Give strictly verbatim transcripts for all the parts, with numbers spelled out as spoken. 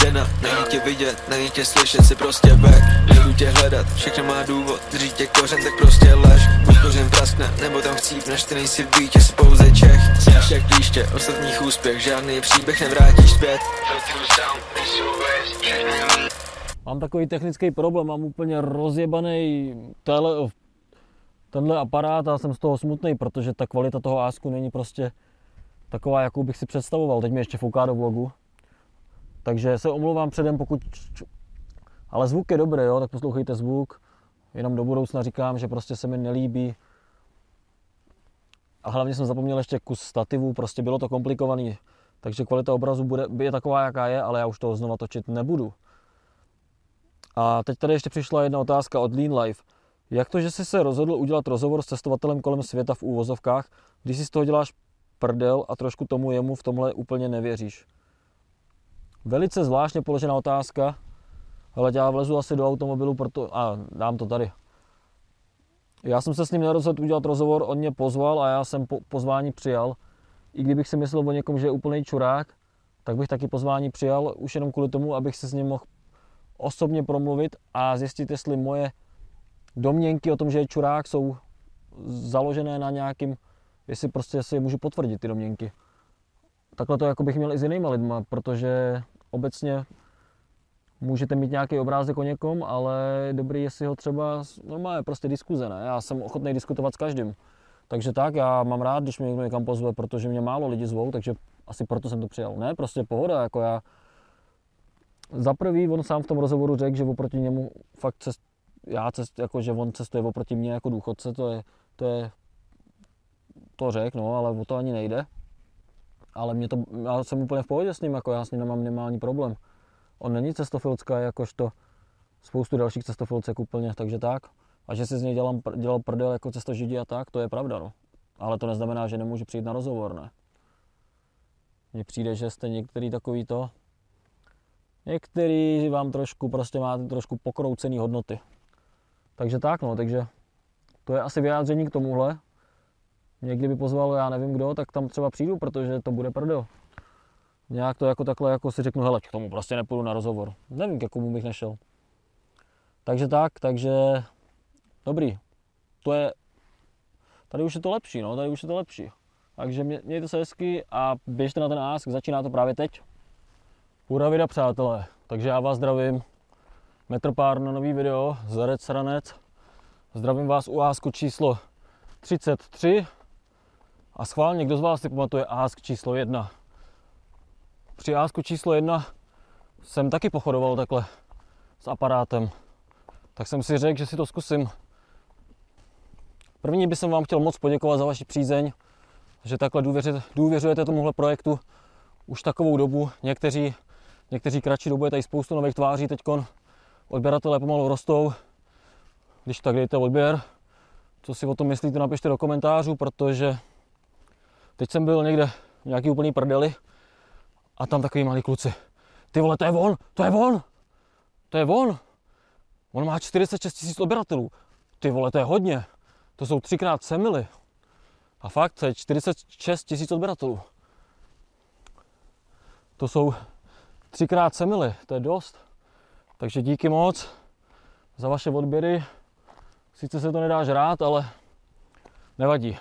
žena, není tě vidět, není tě slyšet, si prostě back. Nejdu tě hledat, všechno má důvod, drží tě kořen, tak prostě lež. Buď kořen praskne, nebo tam chcípneš, ty nejsi v býtě, jsi pouze Čech. Jsi jak klíště, ostatních úspěch, žádný příběh nevrátíš zpět. Mám takový technický problém, mám úplně rozjebaný tele, tenhle aparát a jsem z toho smutný, protože ta kvalita toho ásku není prostě taková, jakou bych si představoval. Teď mi ještě fouká do vlogu. Takže se omlouvám předem, pokud... Ale zvuk je dobrý, jo, tak poslouchejte zvuk. Jenom do budoucna říkám, že prostě se mi nelíbí. A hlavně jsem zapomněl ještě kus stativu, prostě bylo to komplikovaný. Takže kvalita obrazu bude, je taková, jaká je, ale já už toho znova točit nebudu. A teď tady ještě přišla jedna otázka od Lean Life. Jak to, že jsi se rozhodl udělat rozhovor s cestovatelem kolem světa v úvozovkách, když si z toho děláš prdel a trošku tomu jemu v tomhle úplně nevěříš? Velice zvláštně položená otázka, ale já vlezu asi do automobilu proto, a dám to tady. Já jsem se s ním nerozhodl udělat rozhovor, on mě pozval a já jsem po, pozvání přijal. I kdybych si myslel o někom, že je úplný čurák, tak bych taky pozvání přijal, už jenom kvůli tomu, abych se s ním mohl osobně promluvit a zjistit, jestli moje domněnky o tom, že je čurák, jsou založené na nějakým, jestli prostě si je můžu potvrdit, ty domněnky. Takhle to jako bych měl i s jinýma lidma, protože obecně můžete mít nějaký obrázek o někom, ale dobrý, jestli ho třeba, normálně prostě diskuze, ne? Já jsem ochotný diskutovat s každým. Takže tak, já mám rád, když mě někdo někam pozve, protože mě málo lidi zvou, takže asi proto jsem to přijal. Ne, prostě pohoda, jako já. Za prvý, on sám v tom rozhovoru řekl, že oproti němu fakt cest, já cest, jako že on cestuje oproti mně jako důchodce, to je, to je, to řekl, no, ale o to ani nejde. Ale mě to, já jsem úplně v pohodě s ním, jako já s ním nemám minimální problém. On není cestofilská, jakožto spoustu dalších cestofilcek úplně, takže tak. A že si z něj dělám, dělal prdel jako cestožidi a tak, to je pravda, no. Ale to neznamená, že nemůžu přijít na rozhovor, ne. Mně přijde, že jste některý takový to, některý vám trošku, prostě máte trošku pokroucený hodnoty. Takže tak, no, takže to je asi vyjádření k tomuhle. Někdy by pozval, já nevím kdo, tak tam třeba přijdu, protože to bude prdel. Nějak to jako takhle, jako si řeknu, hele, k tomu prostě nepůjdu na rozhovor. Nevím, k jakomu bych nešel. Takže tak, takže dobrý. To je, tady už je to lepší, no, tady už je to lepší. Takže mě, mějte se hezky a běžte na ten ask, začíná to právě teď. Hurá vida, přátelé. Takže já vás zdravím. Metropár na nový video, Zarec Sranec. Zdravím vás u asku číslo třicet tři. A schválně, kdo z vás si pamatuje ask číslo jedna? Při asku číslo jedna jsem taky pochodoval takhle s aparátem. Tak jsem si řekl, že si to zkusím. První bych vám chtěl moc poděkovat za vaši přízeň, že takhle důvěřujete tomuhle projektu už takovou dobu. Někteří, někteří kratší dobu, je tady spoustu nových tváří teďkon. Odběratelé pomalu rostou. Když tak dejte odběr. Co si o tom myslíte, napište do komentářů, protože teď jsem byl někde v nějaký úplný prdeli a tam takový malí kluci. Ty vole, to je on, to je on, to je on. On má čtyřicet šest tisíc odběratelů. Ty vole, to je hodně. To jsou třikrát semily. A fakt, to je čtyřicet šest tisíc odběratelů. To jsou třikrát semily, to je dost. Takže díky moc za vaše odběry. Sice se to nedá žrát, ale nevadí.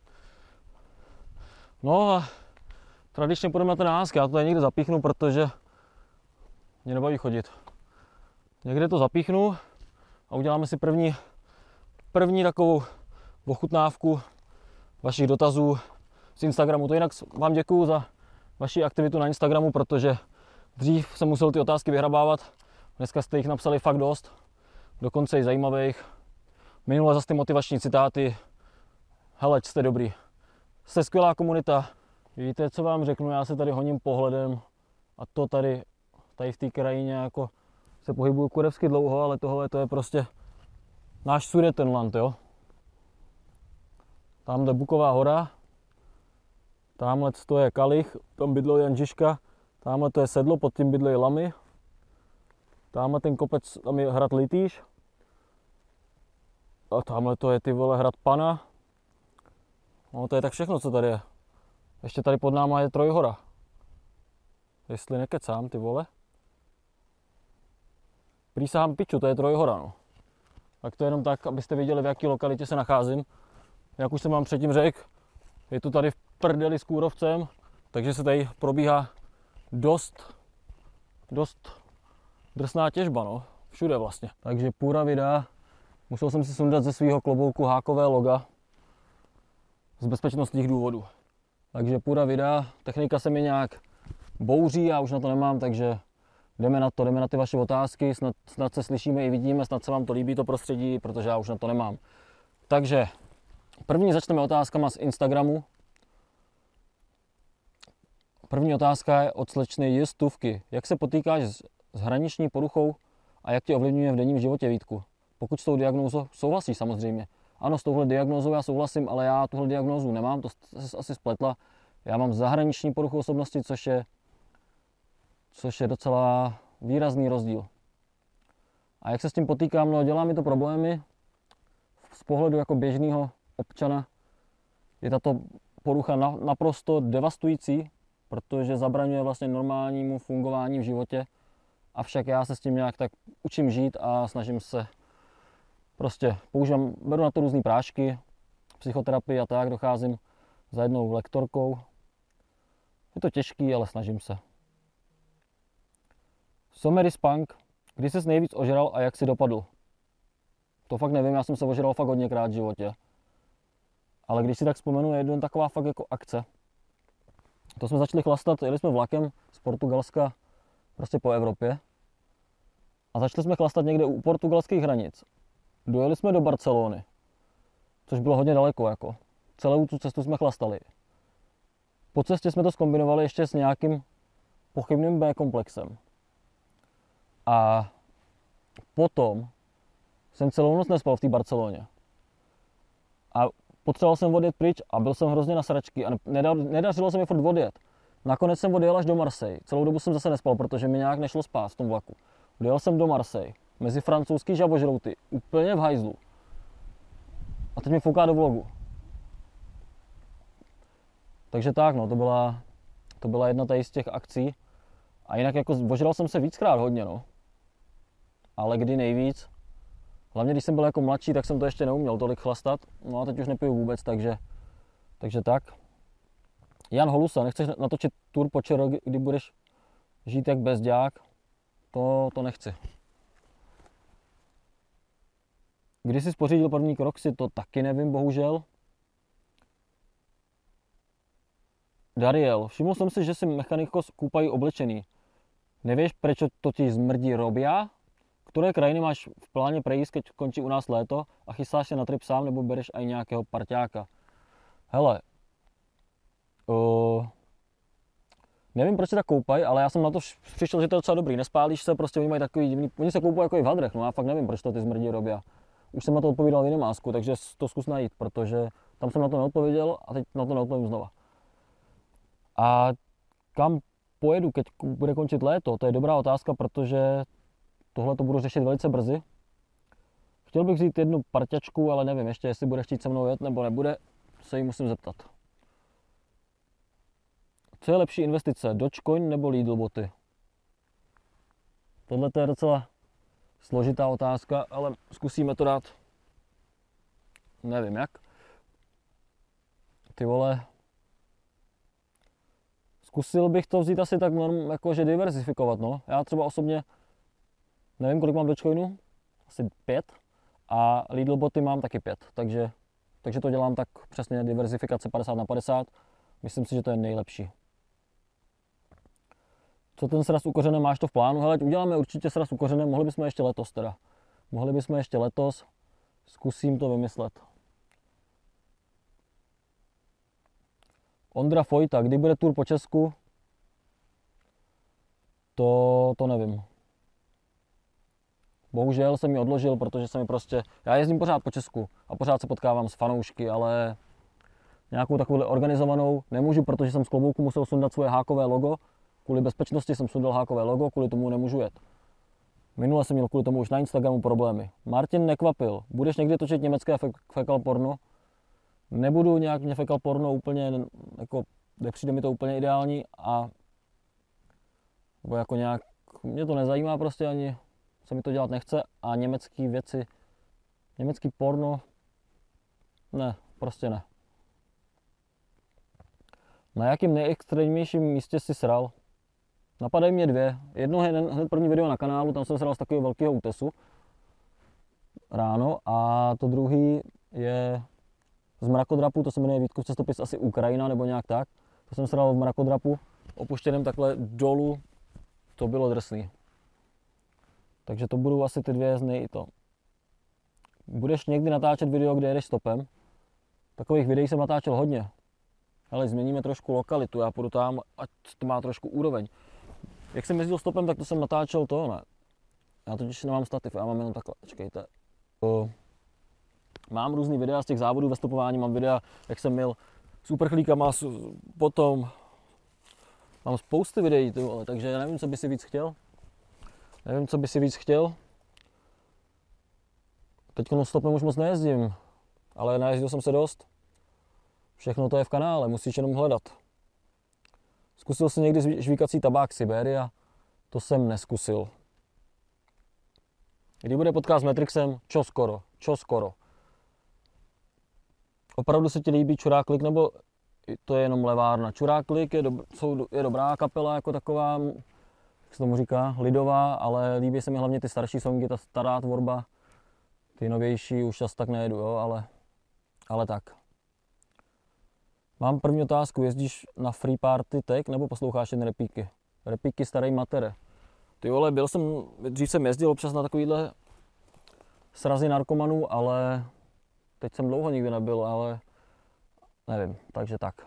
No a tradičně půjdeme na ten ask. Já to tady někde zapíchnu, protože mě nebaví chodit. Někde to zapíchnu a uděláme si první, první takovou ochutnávku vašich dotazů z Instagramu. To jinak vám děkuju za vaši aktivitu na Instagramu, protože dřív jsem musel ty otázky vyhrabávat. Dneska jste jich napsali fakt dost, dokonce i zajímavých. Minule zase ty motivační citáty. Hele, jste dobrý. Jste skvělá komunita. Víte, co vám řeknu, já se tady honím pohledem a to tady, tady v té krajině jako se pohybuju kurevsky dlouho, ale tohle to je prostě náš Sudetenland, jo. Tamhle Buková hora, tamhle to je Kalich, tam bydlel Jan Žižka, tamhle to je sedlo, pod tím bydlej lamy, tamhle ten kopec, tam je hrad Litýš, a tamhle to je ty vole hrad Pana. No to je tak všechno, co tady je. Ještě tady pod náma je Trojhora. Jestli nekecám, ty vole. Přísahám piču, to je Trojhora, no. Tak to je jenom tak, abyste věděli, v jaké lokalitě se nacházím. Jak už jsem vám předtím řekl, je to tady v prdeli s kůrovcem, takže se tady probíhá dost, dost drsná těžba, no. Všude vlastně. Takže půra videa. Musel jsem si sundat ze svého klobouku hákové loga z bezpečnostních důvodů. Takže půra videa. Technika se mi nějak bouří, já už na to nemám, takže jdeme na to, jdeme na ty vaše otázky, snad, snad se slyšíme i vidíme, snad se vám to líbí to prostředí, protože já už na to nemám. Takže první začneme otázkama z Instagramu. První otázka je od slečny Jistůvky. Jak se potýkáš s, s hraniční poruchou a jak tě ovlivňuje v denním životě, Vítku? Pokud s tou diagnózou souhlasíš samozřejmě. Ano, s touhle diagnózou já souhlasím, ale já tuhle diagnózu nemám, to se asi spletla. Já mám zahraniční poruchu osobnosti, což je, což je docela výrazný rozdíl. A jak se s tím potýkám? No, dělá mi to problémy. Z pohledu jako běžného občana je tato porucha naprosto devastující, protože zabraňuje vlastně normálnímu fungování v životě. Avšak já se s tím nějak tak učím žít a snažím se prostě používám, beru na to různé prášky, psychoterapii a tak, docházím za jednou lektorkou. Je to těžký, ale snažím se. Someris Punk, kdy ses nejvíc ožral a jak si dopadl? To fakt nevím, já jsem se ožral fakt hodněkrát v životě. Ale když si tak vzpomenu, je jedna taková fakt jako akce. To jsme začali chlastat, jeli jsme vlakem z Portugalska prostě po Evropě. A začali jsme chlastat někde u portugalských hranic. Dojeli jsme do Barcelony, což bylo hodně daleko jako. Celou tu cestu jsme chlastali. Po cestě jsme to zkombinovali ještě s nějakým pochybným B-komplexem. A potom jsem celou noc nespal v té Barceloně. A potřeboval jsem odjet pryč a byl jsem hrozně na sračky a nedařilo se mi furt odjet. Nakonec jsem odjel až do Marseille. Celou dobu jsem zase nespal, protože mi nějak nešlo spát v tom vlaku. Odjel jsem do Marseille, mezi francouzský žabožrouty, úplně v hajzlu. A teď mi fouká do vlogu. Takže tak, no, to byla, to byla jedna tady z těch akcí. A jinak jako ožral jsem se víckrát hodně, no. Ale kdy nejvíc? Hlavně když jsem byl jako mladší, tak jsem to ještě neuměl tolik chlastat. No a teď už nepiju vůbec, takže, takže tak. Jan Holusa, nechceš natočit tour po ČR, kdy budeš žít jak bezďák? To, to nechci. Kdy jsi spořídil první Crocsy, to taky nevím, bohužel. Dariel, všiml jsem si, že si mechaniko koupají oblečený. Nevíš, proč to ti zmrdí robia? Které krajiny máš v pláně prejít, keď končí u nás léto a chystáš se na trip sám, nebo bereš aj nějakého parťáka? Hele, uh, nevím, proč se tak koupají, ale já jsem na to přišel, že to je docela dobrý. Nespálíš se, prostě oni mají takový divný, oni se koupají jako i v hadrech, no já fakt nevím, proč to ty zmrdí robia. Už jsem na to odpovídal v jiném másku, takže to zkus najít, protože tam jsem na to neodpověděl a teď na to neodpovím znova. A kam pojedu, keď bude končit léto? To je dobrá otázka, protože tohle to budu řešit velice brzy. Chtěl bych vzít jednu parťačku, ale nevím ještě, jestli bude chtít se mnou jet nebo nebude, se jí musím zeptat. Co je lepší investice, Dogecoin nebo Lidl boty? Tohle je docela složitá otázka, ale zkusíme to dát. Nevím jak. Ty vole. Zkusil bych to vzít asi tak norm, jakože diversifikovat, no. Já třeba osobně nevím, kolik mám Dogecoinu, asi pět. A Lidl boty mám taky pět, takže, takže to dělám tak přesně diversifikace padesát na padesát. Myslím si, že to je nejlepší. Co ten sraz u kořene, máš to v plánu? Hele, uděláme určitě sraz u kořene, mohli bychom ještě letos teda. Mohli bychom ještě letos, zkusím to vymyslet. Ondra Fojta, kdy bude tour po Česku? To, to nevím. Bohužel jsem ji odložil, protože jsem mi prostě, já jezdím pořád po Česku a pořád se potkávám s fanoušky, ale nějakou takovou organizovanou nemůžu, protože jsem z klobouku musel sundat svoje hákové logo. Kvůli bezpečnosti jsem sundal hákové logo, kvůli tomu nemůžu jet. Minule jsem měl kvůli tomu už na Instagramu problémy. Martin Nekvapil, budeš někdy točit německé fekal porno? Nebudu nějak mě fekal porno úplně, jako, nepřijde mi to úplně ideální a nebo jako nějak, mě to nezajímá prostě ani, se mi to dělat nechce a německý věci, německý porno, ne, prostě ne. Na jakým nejextrémnějším místě si sral? Napadají mě dvě. Jedno je hned první video na kanálu, tam jsem sral z takového velkého útesu ráno a to druhý je z mrakodrapu, to se jmenuje Vítkův cestopis asi Ukrajina nebo nějak tak. To jsem sral v mrakodrapu, opuštěném takhle dolů, to bylo drsný. Takže to budou asi ty dvě z nej to. Budeš někdy natáčet video, kde jedeš stopem? Takových videí jsem natáčel hodně. Ale změníme trošku lokalitu, já půjdu tam, ať to má trošku úroveň. Jak jsem jezdil stopem, tak to jsem natáčel to, ne. Já totiž nemám stativ, já mám jenom takhle, čekejte. To... Mám různý videa z těch závodů ve stopování, mám videa, jak jsem měl s uprchlíkama, potom mám spousty videí, ty vole, takže já nevím, co by si víc chtěl. Nevím, co by si víc chtěl. Teď stopem už moc nejezdím, ale najezdil jsem se dost. Všechno to je v kanále, musíš jenom hledat. Zkusil jsi někdy žvíkací tabák Siberia? To jsem neskusil. Kdy bude podcast s Matrixem? Čo skoro, čo skoro. Opravdu se ti líbí Čuráklik, nebo to je jenom levárna? Čuráklik je, dob- jsou, je dobrá kapela, jako taková, jak se tomu říká, lidová, ale líbí se mi hlavně ty starší songy, ta stará tvorba. Ty novější už čas tak nejedu, jo, ale, ale tak. Mám první otázku, jezdíš na free party tech nebo posloucháš jen repíky? Repíky starý matere. Ty vole, byl jsem, dřív jsem jezdil občas na takovýhle srazy narkomanů, ale teď jsem dlouho nikdy nebyl, ale nevím, takže tak.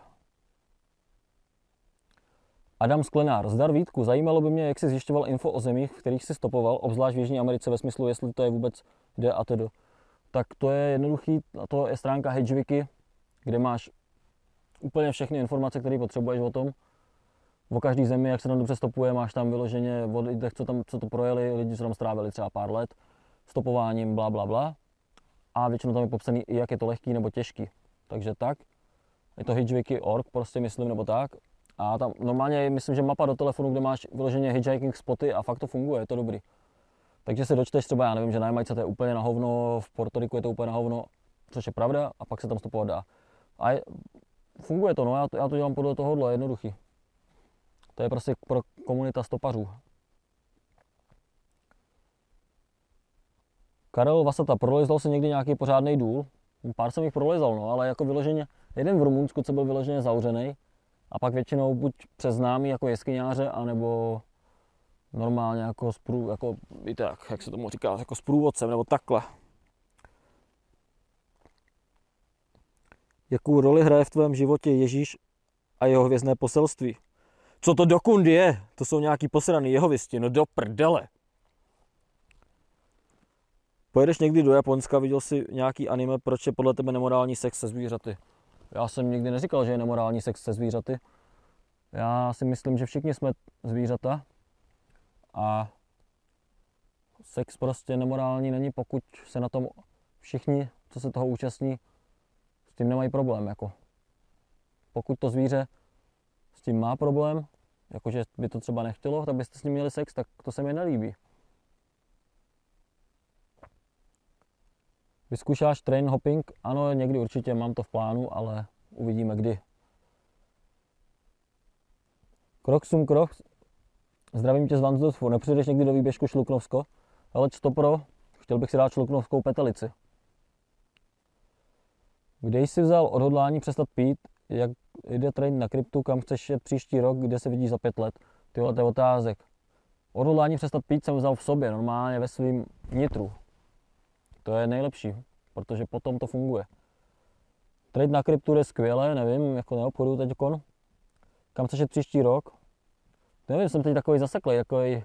Adam Sklenár, zdar Vítku, zajímalo by mě, jak jsi zjišťoval info o zemích, v kterých jsi stopoval, obzvlášť v Jižní Americe, ve smyslu, jestli to je vůbec jde a tedy. Tak to je jednoduchý, a to je stránka HedgeWiki, kde máš úplně všechny informace, které potřebuješ o tom. O každý zemi, jak se tam dobře stopuje, máš tam vyloženě o lidech, co, tam, co to projeli, lidi, co tam strávili třeba pár let, stopováním, bla, bla, bla. A většinou tam je popsaný i jak je to lehký nebo těžký. Takže tak. Je to hitchwiki tečka org, prostě myslím, nebo tak. A tam normálně myslím, že mapa do telefonu, kde máš vyloženě hitchhiking spoty a fakt to funguje, je to dobrý. Takže se dočteš třeba, já nevím, že na Jamajce to je úplně na hovno, v Porto Riku je to úplně na hovno, což je pravda, a pak se tam stopovat dá. A je, funguje to, no, já to, já to dělám podle tohohle, jednoduchý. To je prostě pro komunita stopařů. Karel Vasata, prolezal se někdy nějaký pořádný důl? Pár jsem jich prolezal, no, ale jako vyloženě, jeden v Rumunsku, co byl vyloženě zavřený, a pak většinou buď přes známý jako jeskyňáře, anebo normálně jako, sprů, jako víte, jak, jak se tomu říká, jako s průvodcem, nebo takhle. Jakou roli hraje v tvém životě Ježíš a jeho hvězdné poselství? Co to dokund je? To jsou nějaký posraný jehovisti, no do prdele. Pojedeš někdy do Japonska, viděl jsi nějaký anime, proč je podle tebe nemorální sex se zvířaty? Já jsem nikdy neříkal, že je nemorální sex se zvířaty. Já si myslím, že všichni jsme zvířata a sex prostě nemorální není, pokud se na tom všichni, co se toho účastní, s tím nemají problém. Jako. Pokud to zvíře s tím má problém, jakože by to třeba nechtělo, tak byste s ním měli sex, tak to se mi nelíbí. Vyzkoušáš train hopping? Ano, někdy určitě, mám to v plánu, ale uvidíme kdy. Krok sum krok. Zdravím tě z Vansdorfu. Nepřijdeš někdy do výběžku Šluknovsko? Ale co pro? Chtěl bych si dát šluknovskou petelici. Kde jsi vzal odhodlání přestat pít? Jak jde train na kryptu? Kam chceš jet příští rok? Kde se vidíš za pět let? Tyhle to je otázek. Odhodlání přestat pít jsem vzal v sobě, normálně ve svým nitru. To je nejlepší, protože potom to funguje. Trade na kryptu je skvělé, nevím, jako neobchoduju teď kon. Kam chceš jet příští rok? Nevím, jsem teď takový zaseklej, takový,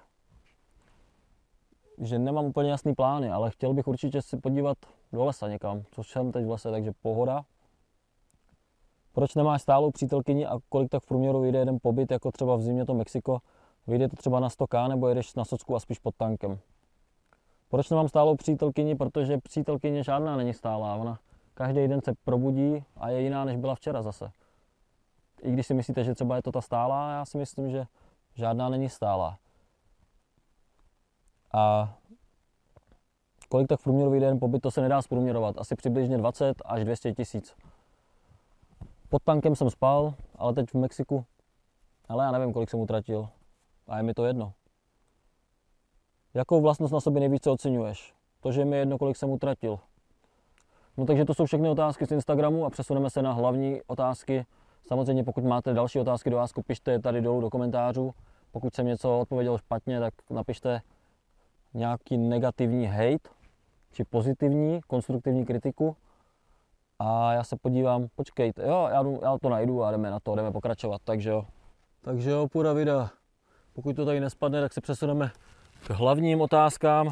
že nemám úplně jasný plány, ale chtěl bych určitě si podívat do lesa někam, což jsem teď v lese, takže pohoda. Proč nemáš stálou přítelkyni a kolik tak v průměru vyjde jeden pobyt, jako třeba v zimě to Mexiko? Vyjde to třeba na sto ká nebo jedeš na socku a spíš pod tankem? Proč nemám stálou přítelkyni? Protože přítelkyně žádná není stálá. Ona každý den se probudí a je jiná, než byla včera zase. I když si myslíte, že třeba je to ta stálá, já si myslím, že žádná není stálá. A Kolik tak v průměru vyjde jeden pobyt, to se nedá zprůměrovat. Asi přibližně dvacet až dvě stě tisíc. Pod tankem jsem spal, ale teď v Mexiku, ale já nevím, kolik jsem utratil. A je mi to jedno. Jakou vlastnost na sobě nejvíce oceňuješ? To, že mi je jedno, kolik jsem utratil. No takže to jsou všechny otázky z Instagramu a přesuneme se na hlavní otázky. Samozřejmě pokud máte další otázky do Ask, pište je tady dolů do komentářů. Pokud jsem něco odpověděl špatně, tak napište nějaký negativní hate, či pozitivní, konstruktivní kritiku. A já se podívám, počkejte, jo, já, jdu, já to najdu a jdeme na to, jdeme pokračovat, takže jo. Takže jo, půjda videa. Pokud to tady nespadne, tak se přesuneme k hlavním otázkám.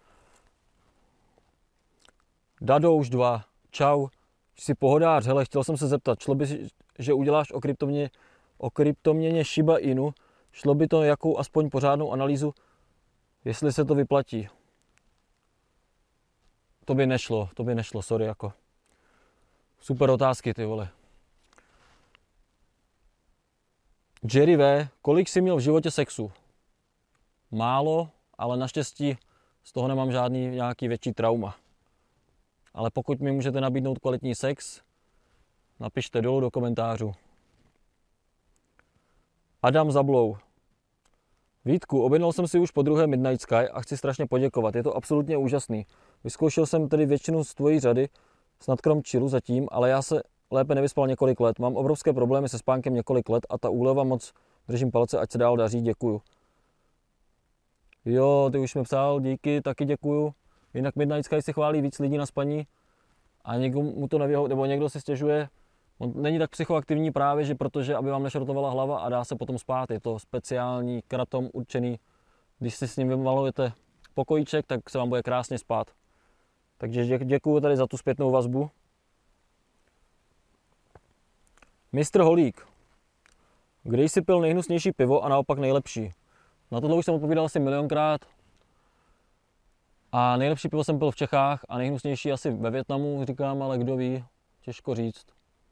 Dadouš dva, čau, jsi pohodář, hele, chtěl jsem se zeptat, šlo by, že uděláš o kryptoměně, o kryptoměně Shiba Inu, šlo by to jakou aspoň pořádnou analýzu, jestli se to vyplatí. To by nešlo, to by nešlo, sorry, jako. Super otázky, ty vole. Jerry V, kolik jsi měl v životě sexu? Málo, ale naštěstí z toho nemám žádný nějaký větší trauma. Ale pokud mi můžete nabídnout kvalitní sex, napište dolů do komentářů. Adam Zablou. Vítku, objednal jsem si už po druhé Midnight Sky a chci strašně poděkovat. Je to absolutně úžasný. Vyzkoušel jsem tedy většinu z tvojí řady, snad krom chillu zatím, ale já se lépe nevyspal několik let. Mám obrovské problémy se spánkem několik let a ta úleva moc držím palce, ať se dál daří, děkuju. Jo, ty už mi psal, díky, taky děkuju. Jinak Midnight Sky si chválí víc lidí na spaní a někdo mu to nevyhovuje, nebo někdo si stěžuje. On není tak psychoaktivní právě, že protože, aby vám nešrotovala hlava a dá se potom spát. Je to speciální kratom určený. Když si s ním vymalujete pokojíček, tak se vám bude krásně spát. Takže děkuju tady za tu zpětnou vazbu. mistr Holík. Kde jsi pil nejhnusnější pivo a naopak nejlepší? Na tohle už jsem odpovídal asi milionkrát. A nejlepší pivo jsem pil v Čechách a nejhnusnější asi ve Vietnamu, říkám, ale kdo ví, těžko říct.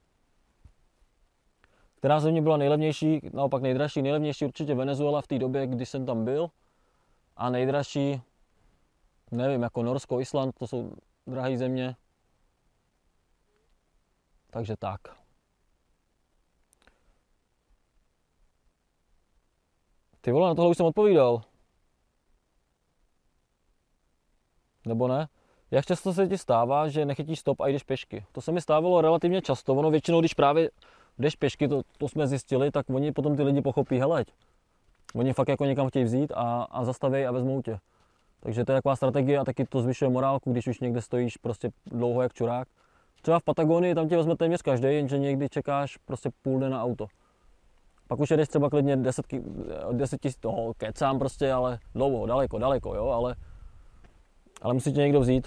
Která země byla nejlevnější, naopak nejdražší? Nejlevnější určitě Venezuela v té době, kdy jsem tam byl. A nejdražší, nevím, jako Norsko, Island, to jsou drahé země. Takže tak. Ty vole, na tohle už jsem odpovídal. Nebo ne? Jak často se ti stává, že nechytíš stop a jdeš pěšky? To se mi stávalo relativně často. Ono většinou, když právě jdeš pěšky, to, to jsme zjistili, tak oni potom ty lidi pochopí, heleď. Oni fakt jako někam chtějí vzít a, a zastaví a vezmou tě. Takže to je taková strategie a taky to zvyšuje morálku, když už někde stojíš prostě dlouho jak čurák. Třeba v Patagonii tam tě vezme téměř každý, jenže někdy čekáš prostě půl dne na auto. Pak už jedeš třeba klidně deset tisíc, toho kecám prostě, ale dlouho, daleko, daleko, jo, ale, ale musí tě někdo vzít.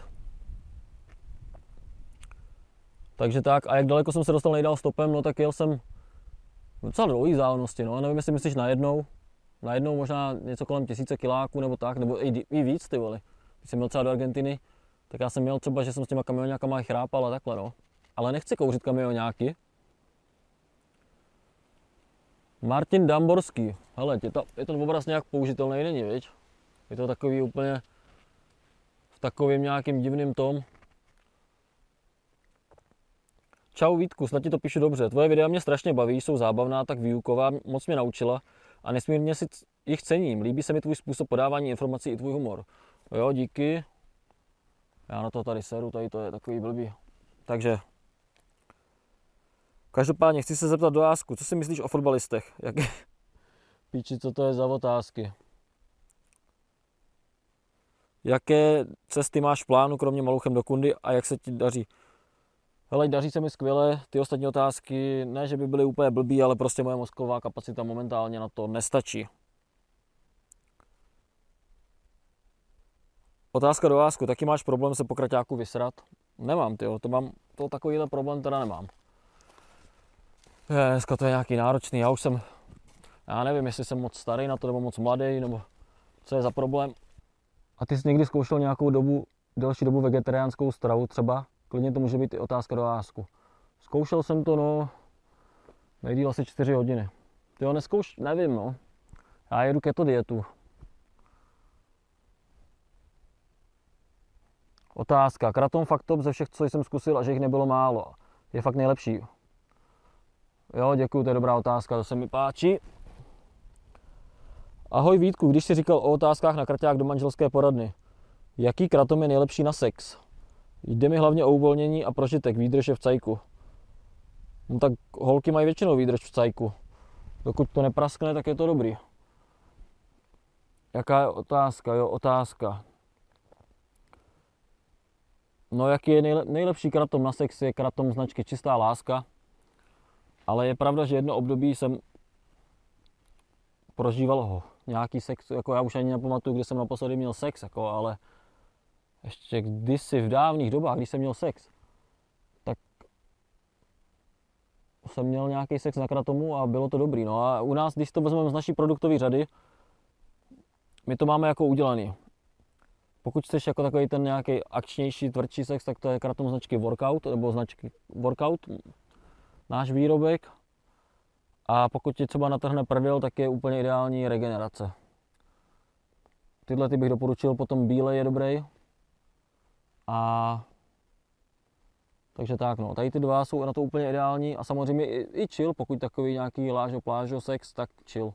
Takže tak, a jak daleko jsem se dostal nejdál stopem, no tak jel jsem docela dlouhý vzdálenosti, no, nevím, jestli myslíš najednou, najednou možná něco kolem tisíce kiláků nebo tak, nebo i, i víc, ty vole. Když jsem měl třeba do Argentiny, tak já jsem měl třeba, že jsem s těma kamioňákama chrápal a takhle, no. Ale nechci kouřit kamioňáky. Martin Damborský, hele, je, to, je ten obraz nějak použitelný, není, viď? Je to takový úplně v takovým nějakým divným tom. Čau Vítku, snad ti to píšu dobře. Tvoje videa mě strašně baví, jsou zábavná, tak výuková, moc mě naučila a nesmírně si jich cením. Líbí se mi tvůj způsob podávání informací i tvůj humor. Jo, díky. Já na to tady seru, tady to je takový blbý. Takže každopádně chci se zeptat do Asku, co si myslíš o fotbalistech? Jak... Píči, co to je za otázky? Jaké cesty máš v plánu, kromě Maluchem do Kundy a jak se ti daří? Hele, daří se mi skvěle, ty ostatní otázky, ne, že by byly úplně blbý, ale prostě moje mozková kapacita momentálně na to nestačí. Otázka do Asku, taky máš problém se po kraťáku vysrat? Nemám, tyjo, to mám, to takovýhle problém teda nemám. Je, dneska to je nějaký náročný, já už jsem, já nevím, jestli jsem moc starý na to, nebo moc mladý, nebo co je za problém. A ty jsi někdy zkoušel nějakou dobu, delší dobu vegetariánskou stravu třeba? Klidně to může být i otázka do Asku. Zkoušel jsem to, no, nejdýl asi čtyři hodiny. Tyjo, neskouš, nevím, no. Já jedu keto dietu. Otázka. Kratom fakt top ze všech, co jsem zkusil a že jich nebylo málo. Je fakt nejlepší. Jo, děkuju, to je dobrá otázka, to se mi páči. Ahoj Vítku, když jsi říkal o otázkách na kraťák do manželské poradny, jaký kratom je nejlepší na sex? Jde mi hlavně o uvolnění a prožitek, výdrž je v cajku. No tak holky mají většinou výdrž v cajku. Dokud to nepraskne, tak je to dobrý. Jaká je otázka? Jo, otázka. No jaký je nejle- nejlepší kratom na sex je kratom značky Čistá láska. Ale je pravda, že jedno období jsem prožíval ho. Nějaký sex, jako já už ani nepamatuju, kdy jsem naposledy měl sex, jako, ale ještě kdysi v dávných dobách, když jsem měl sex, tak jsem měl nějaký sex na kratomu a bylo to dobrý. No a u nás, když to vezmeme z naší produktové řady, my to máme jako udělaný. Pokud chceš jako takový ten nějaký akčnější, tvrdší sex, tak to je kratom značky Workout, nebo značky Workout, náš výrobek. A pokud ti třeba natrhne prdel, tak je úplně ideální Regenerace. Tyhle ty bych doporučil, potom bílej je dobrý. A takže tak no, tady ty dva jsou na to úplně ideální a samozřejmě i, i chill, pokud takový nějaký lážo, plážo, sex, tak chill.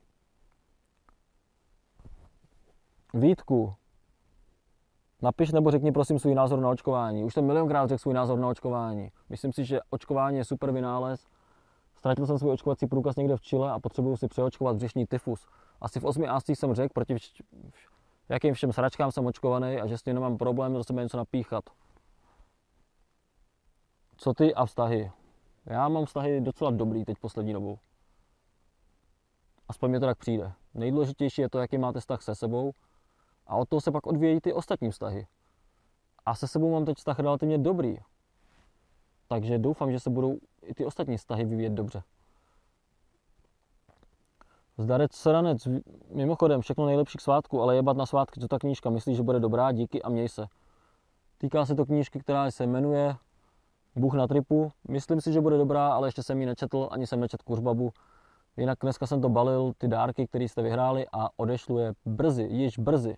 Vítku, napiš nebo řekni prosím svůj názor na očkování. Už jsem milionkrát řekl svůj názor na očkování. Myslím si, že očkování je super vynález. Ztratil jsem svůj očkovací průkaz někde v Chile a potřebuju si přeočkovat břišní tyfus. Asi v osmi áscích jsem řekl, proti vš- jakým všem sračkám jsem očkovaný a že s tím nemám problém do sebe něco napíchat. Co ty a vztahy? Já mám vztahy docela dobrý teď poslední dobou. Aspoň mi to tak přijde. Nejdůležitější je to, jaký máte vztah se sebou a od toho se pak odvíjejí ty ostatní vztahy. A se sebou mám teď vztah relativně dobrý. Takže doufám, že se budou i ty ostatní vztahy vyvíjet dobře. Zdarec Seranec, mimochodem všechno nejlepší k svátku, ale jebat na svátky, co ta knížka, myslíš, že bude dobrá, díky a měj se. Týká se to knížky, která se jmenuje Bůh na tripu. Myslím si, že bude dobrá, ale ještě jsem ji nečetl, ani jsem nečetl Kuřbabu. Jinak dneska jsem to balil, ty dárky, které jste vyhráli a odešlu je brzy, již brzy.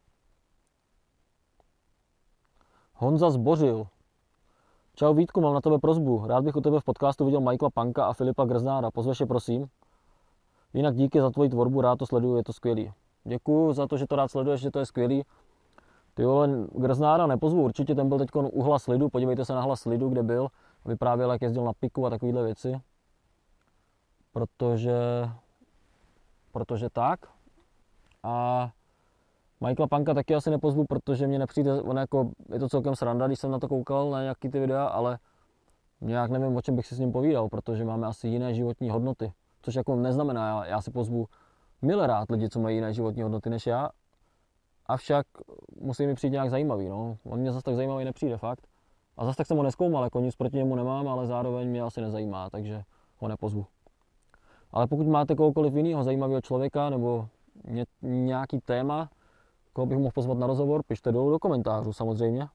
Honza Zbořil. Čau Vítku, mám na tebe prosbu. Rád bych u tebe v podcastu viděl Michaela Panka a Filipa Grznára. Pozveš je prosím. Jinak díky za tvoji tvorbu, rád to sleduju, je to skvělý. Děkuju za to, že to rád sleduješ, že to je skvělý. Ty vole, Grznára nepozvu, určitě ten byl teď u Hlas lidu, podívejte se na Hlas lidu, kde byl. Vyprávěl, jak jezdil na piku a takovéhle věci. Protože, protože tak. A Michaela Panka taky asi nepozvu, protože mě nepřijde, on jako, je to celkem sranda, když jsem na to koukal, na nějaký ty videa, ale nějak nevím, o čem bych si s ním povídal, protože máme asi jiné životní hodnoty. Což jako neznamená, já, já si pozvu mile rád lidi, co mají jiné životní hodnoty než já, avšak musí mi přijít nějak zajímavý, no. On mě zase tak zajímavý nepřijde, fakt. A zase tak jsem ho nezkoumal, jako nic proti němu nemám, ale zároveň mě asi nezajímá, takže ho nepozvu. Ale pokud máte kohokoliv jiného zajímavého člověka nebo ně, nějaký téma, koho bych mohl pozvat na rozhovor, pište dolů do komentářů samozřejmě.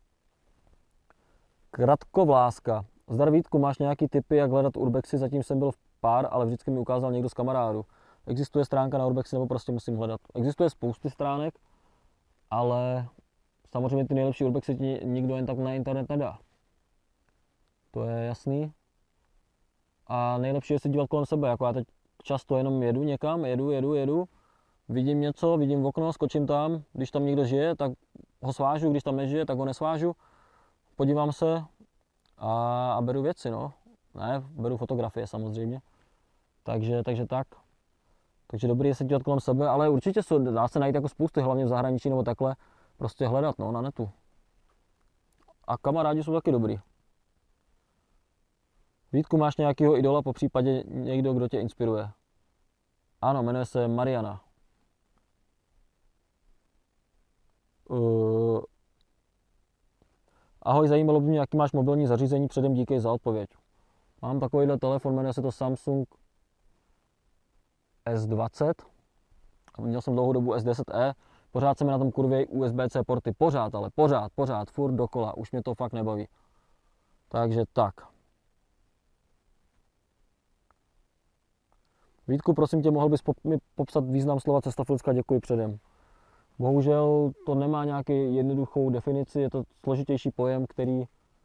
Kratkovláska. Zdar Vítku, máš nějaký tipy, jak hledat urbexy? Zatím jsem byl v pár, ale vždycky mi ukázal někdo z kamarádů. Existuje stránka na urbexy nebo prostě musím hledat? Existuje spousty stránek, ale samozřejmě ty nejlepší urbexy ti nikdo jen tak na internet nedá. To je jasný. A nejlepší je se dívat kolem sebe, jako já teď často jenom jedu někam, jedu, jedu, jedu, vidím něco, vidím v okno, skočím tam, když tam někdo žije, tak ho svážu, když tam nežije, tak ho nesvážu, podívám se a, a beru věci, no. Ne, beru fotografie samozřejmě, takže, takže tak. Takže dobrý je se dívat kolem sebe, ale určitě se dá se najít jako spousty, hlavně v zahraničí nebo takhle, prostě hledat, no, na netu. A kamarádi jsou taky dobrý. Vítku, máš nějakého idola, po případě někdo, kdo tě inspiruje? Ano, jmenuje se Mariana. Uh... Ahoj, zajímalo by mě, jaký máš mobilní zařízení, předem díky za odpověď. Mám takovýhle telefon, jmenuje se to Samsung S dvacet. Měl jsem dlouhou dobu S deset e. Pořád se mi na tom kurvějí U S B C porty. Pořád, ale pořád, pořád, furt dokola. Už mě to fakt nebaví. Takže tak. Vítku, prosím tě, mohl bys mi popsat význam slova cestafilska? Děkuji předem. Bohužel to nemá nějaký jednoduchou definici, je to složitější pojem, který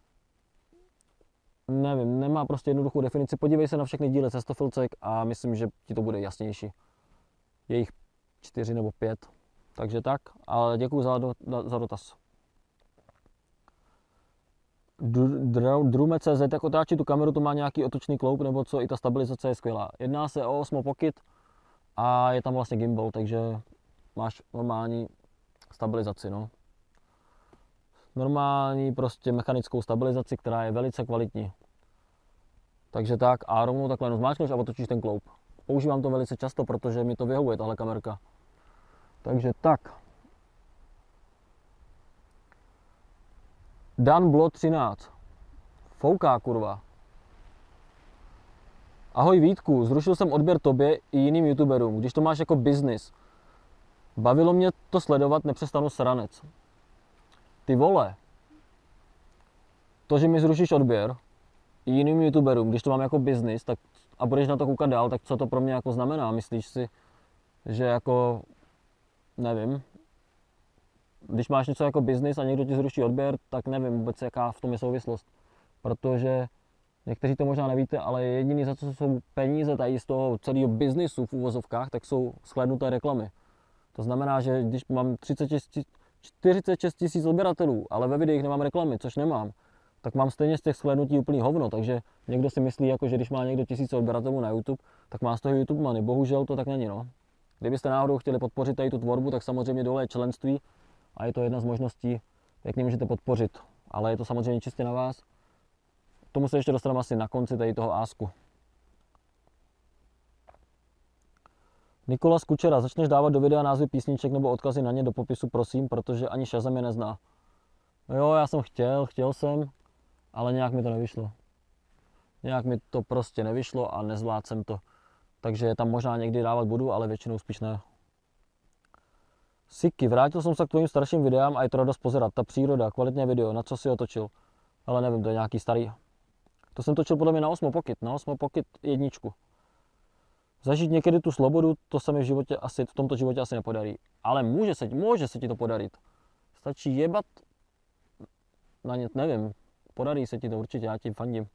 nevím, nemá prostě jednoduchou definici. Podívej se na všechny díly cestovilcek a myslím, že ti to bude jasnější. Je jich čtyři nebo pět, takže tak, ale děkuji za, do, za dotaz. Drume tečka cé zet, jak otáčí tu kameru, to má nějaký otočný kloup, nebo co, i ta stabilizace je skvělá. Jedná se o Osmo Pocket a je tam vlastně gimbal, takže máš normální stabilizaci, no. Normální prostě mechanickou stabilizaci, která je velice kvalitní. Takže tak a rovnou takhle no zmáčkneš a otočíš ten kloup. Používám to velice často, protože mi to vyhovuje, tahle kamerka. Takže tak. Dan Blo třináct. Fouká, kurva. Ahoj Vítku, zrušil jsem odběr tobě i jiným youtuberům, když to máš jako business. Bavilo mě to sledovat, nepřestanu sranec. Ty vole. To, že mi zrušíš odběr i jiným youtuberům, když to mám jako business, tak a budeš na to koukat dál, tak co to pro mě jako znamená? Myslíš si, že jako, nevím, když máš něco jako business a někdo ti zruší odběr, tak nevím vůbec, jaká v tom je souvislost. Protože někteří to možná nevíte, ale jediný, za co jsou peníze tady z toho celého businessu v uvozovkách, tak jsou shlédnuté reklamy. To znamená, že když mám třicet šest, čtyřicet šest tisíc odběratelů, ale ve videích nemám reklamy, což nemám, tak mám stejně z těch shlédnutí úplný hovno. Takže někdo si myslí, jako, že když má někdo tisíce odběratelů na YouTube, tak má z toho YouTube money. Bohužel to tak není. No. Kdybyste náhodou chtěli podpořit tady tu tvorbu, tak samozřejmě dole je členství a je to jedna z možností, jak mě můžete podpořit. Ale je to samozřejmě čistě na vás. K tomu se ještě dostaneme asi na konci tady toho ásku. Nikolas Kučera, začneš dávat do videa názvy písniček nebo odkazy na ně do popisu, prosím, protože ani Shazam je nezná. No jo, já jsem chtěl, chtěl jsem, ale nějak mi to nevyšlo. Nějak mi to prostě nevyšlo a nezvládl jsem to. Takže tam možná někdy dávat budu, ale většinou spíš ne. Siky, vrátil jsem se k tvojim starším videám a je to radost pozerat. Ta příroda, kvalitně video, na co si ho točil? Ale nevím, to je nějaký starý. To jsem točil podle mě na Osmo Pocket, na Osmo Pocket jedničku. Zažít někdy tu slobodu, to se mi v životě asi, v tomto životě asi nepodarí. Ale může se, může se ti to podarit. Stačí jebat na ně, nevím, podarí se ti to určitě, já ti fandím.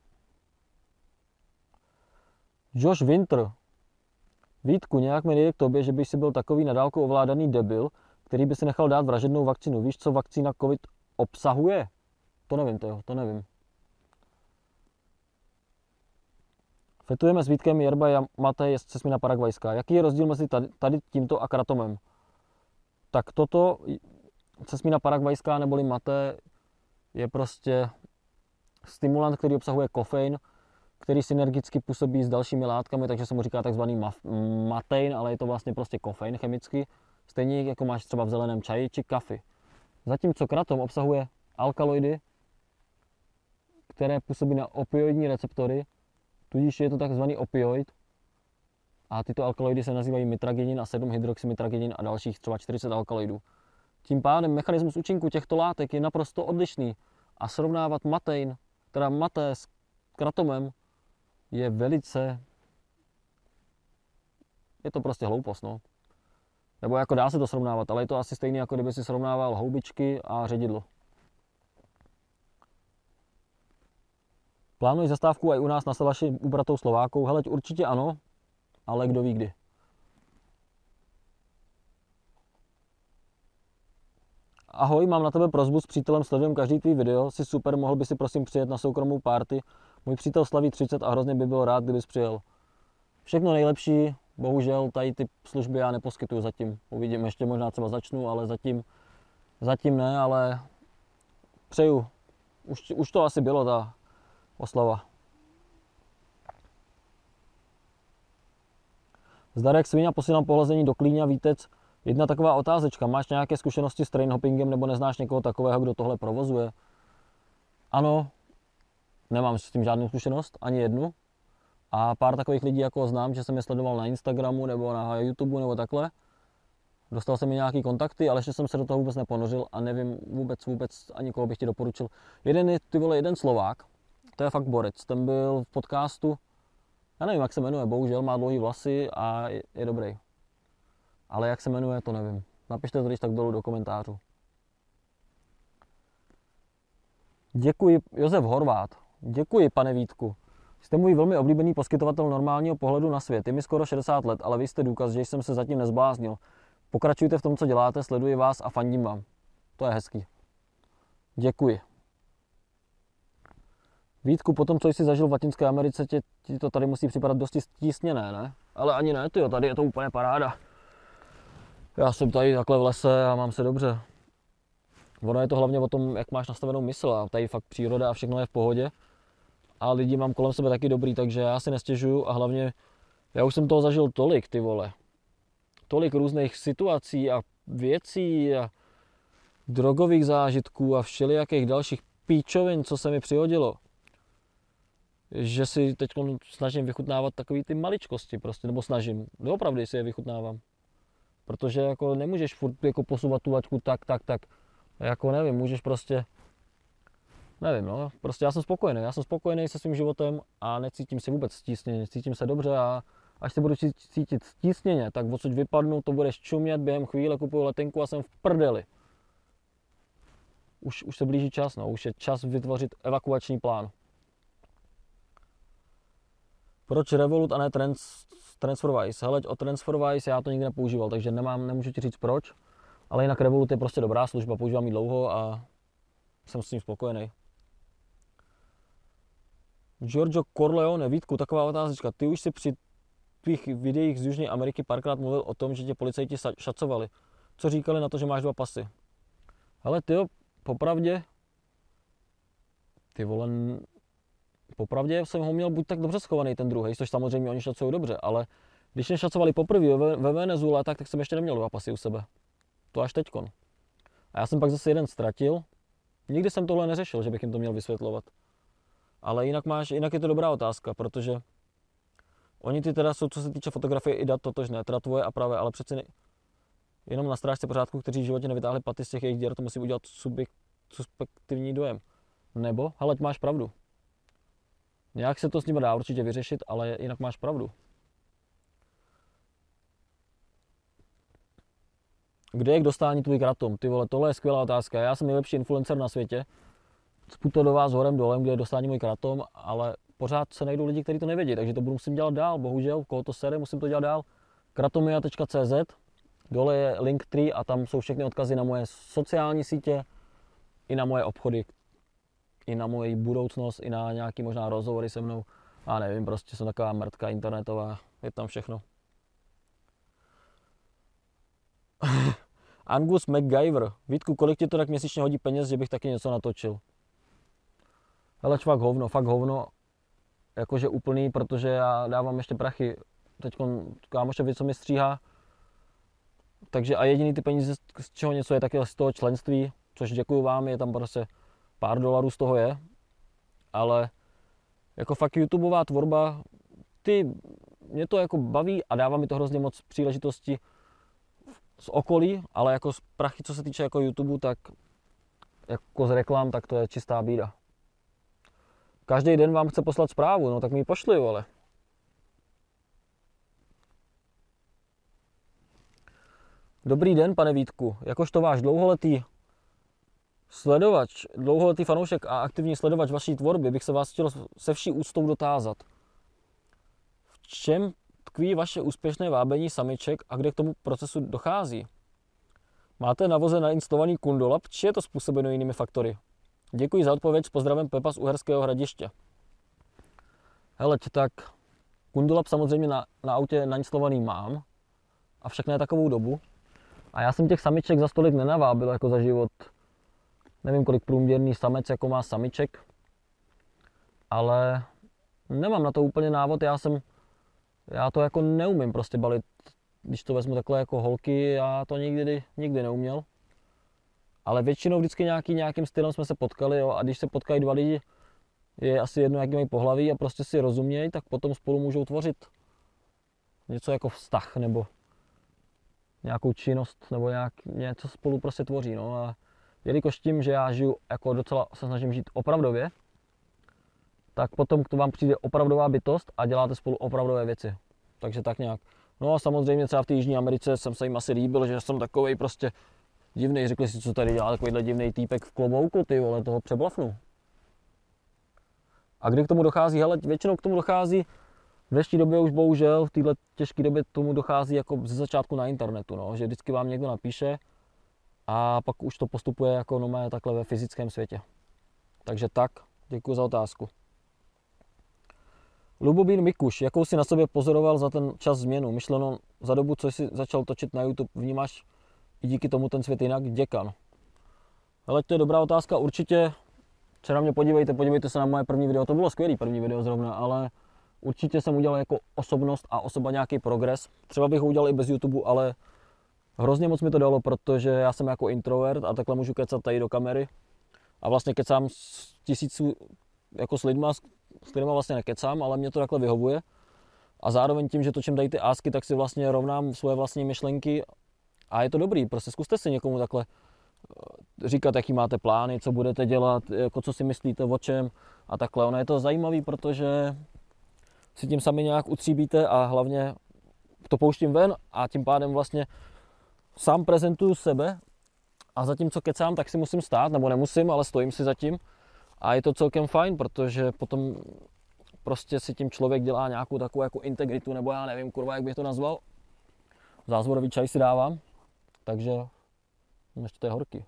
Josh Winter. Vítku, nějak mi nejde k tobě, že bych si byl takový na dálku ovládaný debil, který by si nechal dát vražednou vakcínu. Víš, co vakcína COVID obsahuje? To nevím, to, to nevím. Fetujeme s Vítkem Jerba Yamate je cesmina paragvajská. Jaký je rozdíl mezi tady, tady tímto a kratomem? Tak toto, cesmina paragvajská neboli mate, je prostě stimulant, který obsahuje kofein, který synergicky působí s dalšími látkami, takže se mu říká takzvaný matein, ale je to vlastně prostě kofein chemicky, stejně jako máš třeba v zeleném čaji či kafi. Zatímco kratom obsahuje alkaloidy, které působí na opioidní receptory, tudíž je to takzvaný opioid a tyto alkaloidy se nazývají mitraginin a sedm hydroxymitraginin a dalších třeba čtyřicet alkaloidů. Tím pádem mechanismus účinku těchto látek je naprosto odlišný a srovnávat matein, teda mate s kratomem, je velice, je to prostě hloupost, no. Nebo jako dá se to srovnávat, ale je to asi stejné, jako kdyby si srovnával houbičky a ředidlo. Plánuji zastávku i u nás na Salaši u bratou Slovákou? Hele, určitě ano, ale kdo ví kdy. Ahoj, mám na tebe prosbu, s přítelem sledujem každý tvý video, jsi super, mohl by si prosím přijet na soukromou party. Můj přítel slaví třicet a hrozně by byl rád, kdybys přijel. Všechno nejlepší, bohužel tady ty služby já neposkytuju zatím. Uvidím, ještě možná třeba začnu, ale zatím, zatím ne, ale přeju. Už, už to asi bylo ta oslava. Zdarek Sviňa posílám pohlazení do Klíňa, Vítec. Jedna taková otázečka, máš nějaké zkušenosti s trainhoppingem nebo neznáš někoho takového, kdo tohle provozuje? Ano, nemám s tím žádnou zkušenost, ani jednu. A pár takových lidí, jako znám, že jsem je sledoval na Instagramu nebo na YouTube nebo takhle. Dostal jsem mi nějaký kontakty, ale ještě jsem se do toho vůbec neponořil a nevím vůbec, vůbec ani koho bych ti doporučil. Jeden je, ty vole, jeden Slovák, to je fakt borec, ten byl v podcastu, já nevím, jak se jmenuje, bohužel má dlouhý vlasy a je, je dobrý. Ale jak se jmenuje, to nevím. Napište to když tak dolů do komentářů. Děkuji, Josef Horvát. Děkuji, pane Vítku. Jste můj velmi oblíbený poskytovatel normálního pohledu na svět. Je mi skoro šedesát let, ale vy jste důkaz, že jsem se zatím nezbláznil. Pokračujte v tom, co děláte, sleduji vás a fandím vám. To je hezký. Děkuji. Vítku, po tom, co jsi zažil v Latinské Americe, ti, ti to tady musí připadat dosti stísněné, ne? Ale ani ne, tyjo, tady je to úplně paráda. Já jsem tady takhle v lese a mám se dobře. Ono je to hlavně o tom, jak máš nastavenou mysl a tady fakt příroda a všechno je v pohodě. A lidi mám kolem sebe taky dobrý, takže já si nestěžuju a hlavně já už jsem toho zažil tolik, ty vole. Tolik různých situací a věcí a drogových zážitků a všelijakých dalších píčovin, co se mi přihodilo. Že si teď snažím vychutnávat takový ty maličkosti prostě, nebo snažím, doopravdy si je vychutnávám. Protože jako nemůžeš furt jako posouvat tu laťku tak, tak, tak. Jako nevím, můžeš prostě, nevím no, prostě já jsem spokojený, já jsem spokojený se svým životem a necítím se vůbec stísněně, cítím se dobře a až se budu cítit stísněně, tak odsud vypadnu, to budeš čumět, během chvíle kupuju letenku a jsem v prdeli. Už, už se blíží čas, no, už je čas vytvořit evakuační plán. Proč Revolut a ne trans, TransferWise? Hele, o TransferWise já to nikdy nepoužíval, takže nemám, nemůžu ti říct proč. Ale jinak Revolut je prostě dobrá služba, používám ji dlouho a jsem s tím spokojený. Giorgio Corleone, Vítku, taková otázka. Ty už si při tvých videích z Jižní Ameriky párkrát mluvil o tom, že tě policajti šacovali. Co říkali na to, že máš dva pasy? Hele, tyjo, popravdě, ty vole, popravdě jsem ho měl buď tak dobře schovaný ten druhý, což samozřejmě oni šacují dobře, ale když mě šacovali poprvé ve, ve Venezuele, tak, tak jsem ještě neměl dva pasy u sebe. To až teďkon. A já jsem pak zase jeden ztratil. Nikdy jsem tohle neřešil, že bych jim to měl vysvětlovat. Ale jinak máš, jinak je to dobrá otázka, protože oni ty teda jsou, co se týče fotografie i dat totožné, teda tvoje a pravé, ale přeci ne, jenom na strážce pořádku, kteří v životě nevytáhli paty z těch jejich děr, to musí udělat subjekt, suspektivní dojem. Nebo, hele, máš pravdu. Nějak se to s nimi dá určitě vyřešit, ale jinak máš pravdu. Kde je k dostání tvůj kratom? Ty vole, tohle je skvělá otázka. Já jsem nejlepší influencer na světě. Sputo do vás horem dolem, kde je dostání můj kratom, ale pořád se najdou lidi, kteří to nevědí, takže to budu musím dělat dál. Bohužel, koho to sere, musím to dělat dál. kratomia tečka cé zet, dole je Linktree a tam jsou všechny odkazy na moje sociální sítě, i na moje obchody, i na moji budoucnost, i na nějaký možná rozhovory se mnou. A nevím, prostě jsem taková mrtka internetová, je tam všechno. Angus MacGyver. Vítku, kolik ti to tak měsíčně hodí peněz, že bych taky něco natočil? Hele, fakt hovno, fakt hovno. Jakože úplný, protože já dávám ještě prachy. Teďkon kámoše ví, co mi stříhá. Takže a jediný ty peníze, z čeho něco je, taky z toho členství, což děkuju vám, je tam prostě pár dolarů z toho je. Ale jako fakt YouTubeová tvorba, ty, mě to jako baví a dává mi to hrozně moc příležitostí z okolí, ale jako z prachy, co se týče jako YouTube, tak jako z reklam, tak to je čistá bída. Každý den vám chce poslat zprávu, no tak mi ji pošli, vole. Dobrý den, pane Vítku. Jakožto váš dlouholetý sledovač, dlouholetý fanoušek a aktivní sledovač vaší tvorby bych se vás chtěl se vší úctou dotázat. V čem tkví vaše úspěšné vábení samiček a kde k tomu procesu dochází? Máte na voze nainstalovaný Kundolab, či je to způsobeno jinými faktory? Děkuji za odpověď, s pozdravem Pepa z Uherského Hradiště. Hele, tak Kundolab samozřejmě na, na autě nainstalovaný mám, avšak ne takovou dobu. A já jsem těch samiček za stolik nenavábil jako za život. Nevím, kolik průměrný samec jako má samiček, ale nemám na to úplně návod, já jsem Já to jako neumím prostě balit, když to vezmu takhle jako holky, já to nikdy, nikdy neuměl. Ale většinou vždycky nějaký, nějakým stylem jsme se potkali, jo, a když se potkají dva lidi, je asi jedno, jaký mají pohlaví a prostě si rozumějí, tak potom spolu můžou tvořit něco jako vztah nebo nějakou činnost nebo nějak, něco spolu prostě tvoří. No. A jelikož tím, že já žiju, jako docela se snažím žít opravdově, tak potom k vám přijde opravdová bytost a děláte spolu opravdové věci. Takže tak nějak. No a samozřejmě třeba v té Jižní Americe jsem se jim asi líbil, že jsem takovej prostě divnej. Řekli si, co tady dělá takovýhle divnej týpek v klobouku, ty vole, toho přeblafnu. A kdy k tomu dochází? Hele, většinou k tomu dochází v dnešní době už bohužel, v této těžké době tomu dochází jako ze začátku na internetu, no, že vždycky vám někdo napíše a pak už to postupuje jako no, takhle ve fyzickém světě. Takže tak, děkuji za otázku. Lubomír Mikuš, jakou si na sobě pozoroval za ten čas změnu? Myšleno za dobu, co jsi začal točit na YouTube, vnímáš i díky tomu ten svět jinak? Děkan. Hele, to je dobrá otázka, určitě se na mě podívejte, podívejte se na moje první video, to bylo skvělý první video zrovna, ale určitě jsem udělal jako osobnost a osoba nějaký progres. Třeba bych ho udělal i bez YouTube, ale hrozně moc mi to dalo, protože já jsem jako introvert a takhle můžu kecat tady do kamery. A vlastně kecám s tisíců, jako s lidma, s kterýma vlastně nekecám, ale mě to takhle vyhovuje. A zároveň tím, že točím tady ty ásky, tak si vlastně rovnám svoje vlastní myšlenky a je to dobrý. Prostě zkuste si někomu takhle říkat, jaký máte plány, co budete dělat, jako co si myslíte o čem a takhle. Ono je to zajímavý, protože si tím sami nějak utříbíte a hlavně to pouštím ven a tím pádem vlastně sám prezentuju sebe a zatímco kecám, tak si musím stát, nebo nemusím, ale stojím si zatím a je to celkem fajn, protože potom prostě si tím člověk dělá nějakou takovou jako integritu, nebo já nevím, kurva, jak bych to nazval. Zázvorový čaj si dávám, takže ještě to je horký.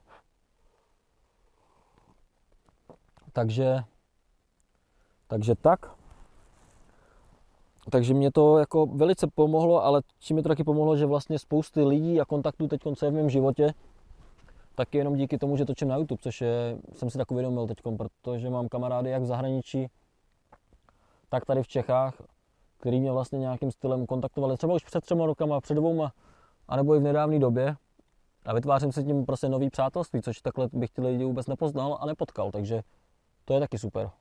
Takže, takže tak. Takže mě to jako velice pomohlo, ale čím mi to taky pomohlo, že vlastně spousty lidí a kontaktů teď, co je v mém životě, tak jenom díky tomu, že točím na YouTube, což je, jsem si tak uvědomil teď, protože mám kamarády jak v zahraničí, tak tady v Čechách, který mě vlastně nějakým stylem kontaktovali třeba už před třema rokama, před dvouma, anebo i v nedávné době. A vytvářím se tím prostě nový přátelství, což takhle bych ty lidi vůbec nepoznal a nepotkal, takže to je taky super.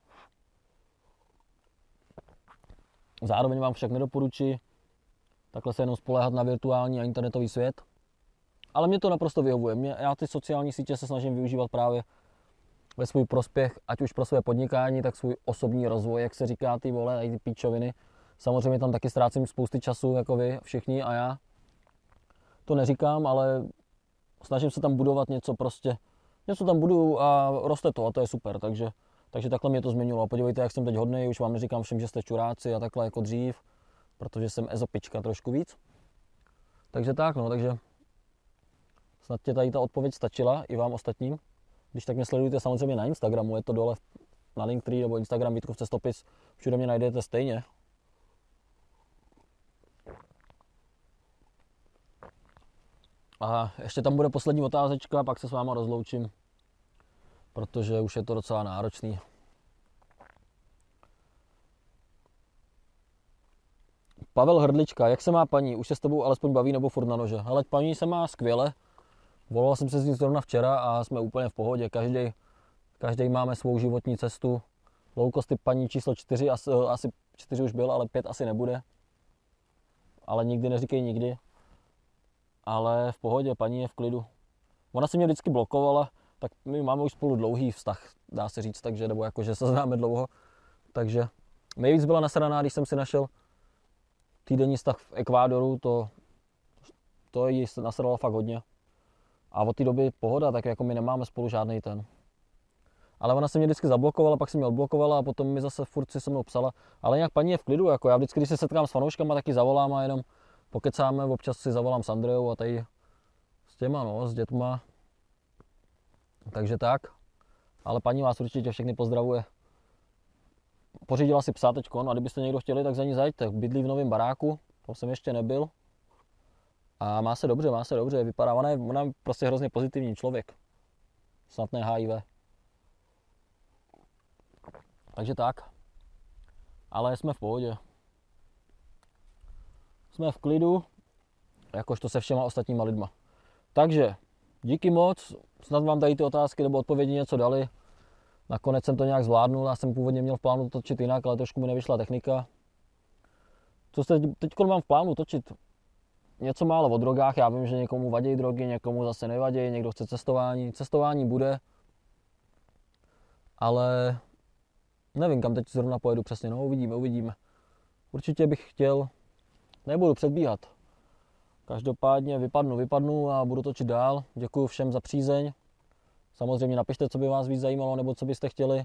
Zároveň vám však nedoporučuji takhle se jenom spoléhat na virtuální a internetový svět. Ale mě to naprosto vyhovuje. Mě, já ty sociální sítě se snažím využívat právě ve svůj prospěch, ať už pro své podnikání, tak svůj osobní rozvoj, jak se říká, ty vole, i ty píčoviny. Samozřejmě tam taky ztrácím spousty času, jako vy všichni a já. To neříkám, ale snažím se tam budovat něco prostě. Něco tam budu a roste to a to je super, takže, takže takhle mě to změnilo. A podívejte, jak jsem teď hodnej, už vám neříkám všem, že jste čuráci a takhle jako dřív, protože jsem ezopička trošku víc. Takže tak, no, takže snad tě tady ta odpověď stačila i vám ostatním. Když tak mě sledujte samozřejmě na Instagramu, je to dole na Linktree nebo Instagram Vítku Cestopis, všude mě najdete stejně. A ještě tam bude poslední otázečka, pak se s váma rozloučím, protože už je to docela náročný. Pavel Hrdlička, jak se má paní? Už se s tebou alespoň baví nebo furt na nože? Ale paní se má skvěle. Volal jsem se s ní zrovna včera a jsme úplně v pohodě. Každý, každý máme svou životní cestu. Loukosty paní číslo čtyři, asi, asi čtyři už byl, ale pět asi nebude. Ale nikdy neříkej nikdy. Ale v pohodě, paní je v klidu. Ona se mě vždycky blokovala, tak my máme už spolu dlouhý vztah, dá se říct, takže, nebo jako, že se známe dlouho. Takže nejvíc byla nasraná, když jsem si našel týdenní vztah v Ekvádoru, to, to jí nasralo fakt hodně. A od té doby pohoda, tak jako my nemáme spolu žádný ten. Ale ona se mě vždycky zablokovala, pak se mě odblokovala a potom mi zase furt si se mnou psala. Ale nějak paní je v klidu, jako já vždycky, když se setkám s fanouškama, tak ji zavolám a jenom pokecáme, občas si zavolám s Andreou a tady s těma, no, s dětma. Takže tak. Ale paní vás určitě všechny pozdravuje. Pořídila si psa teďkon a kdybyste někdo chtěli, tak za ní zajďte. Bydlí v novém baráku, tam jsem ještě nebyl. A má se dobře, má se dobře, vypadá, ona je, ona je prostě hrozně pozitivní člověk. Snad ne H I V. Takže tak. Ale jsme v pohodě. Jsme v klidu, jakožto se všema ostatníma lidma. Takže, díky moc, snad vám tady ty otázky nebo odpovědi něco dali. Nakonec jsem to nějak zvládnul, já jsem původně měl v plánu točit jinak, ale trošku mi nevyšla technika. Co jste teď mám v plánu točit? Něco málo o drogách, já vím, že někomu vadí drogy, někomu zase nevadí, někdo chce cestování. Cestování bude, ale nevím, kam teď zrovna pojedu přesně, no uvidíme, uvidíme. Určitě bych chtěl, nebudu předbíhat, Každopádně vypadnu, vypadnu a budu točit dál. Děkuji všem za přízeň. Samozřejmě napište, co by vás víc zajímalo, nebo co byste chtěli.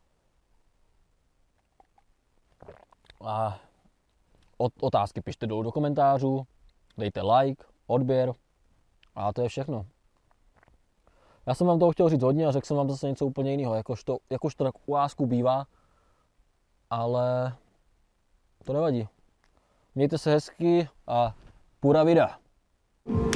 A otázky pište dolů do komentářů, dejte like, odběr a to je všechno. Já jsem vám toho chtěl říct hodně a řekl jsem vám zase něco úplně jiného, jakož to, jakož to tak u lásku bývá, ale to nevadí. Mějte se hezky a pura vida.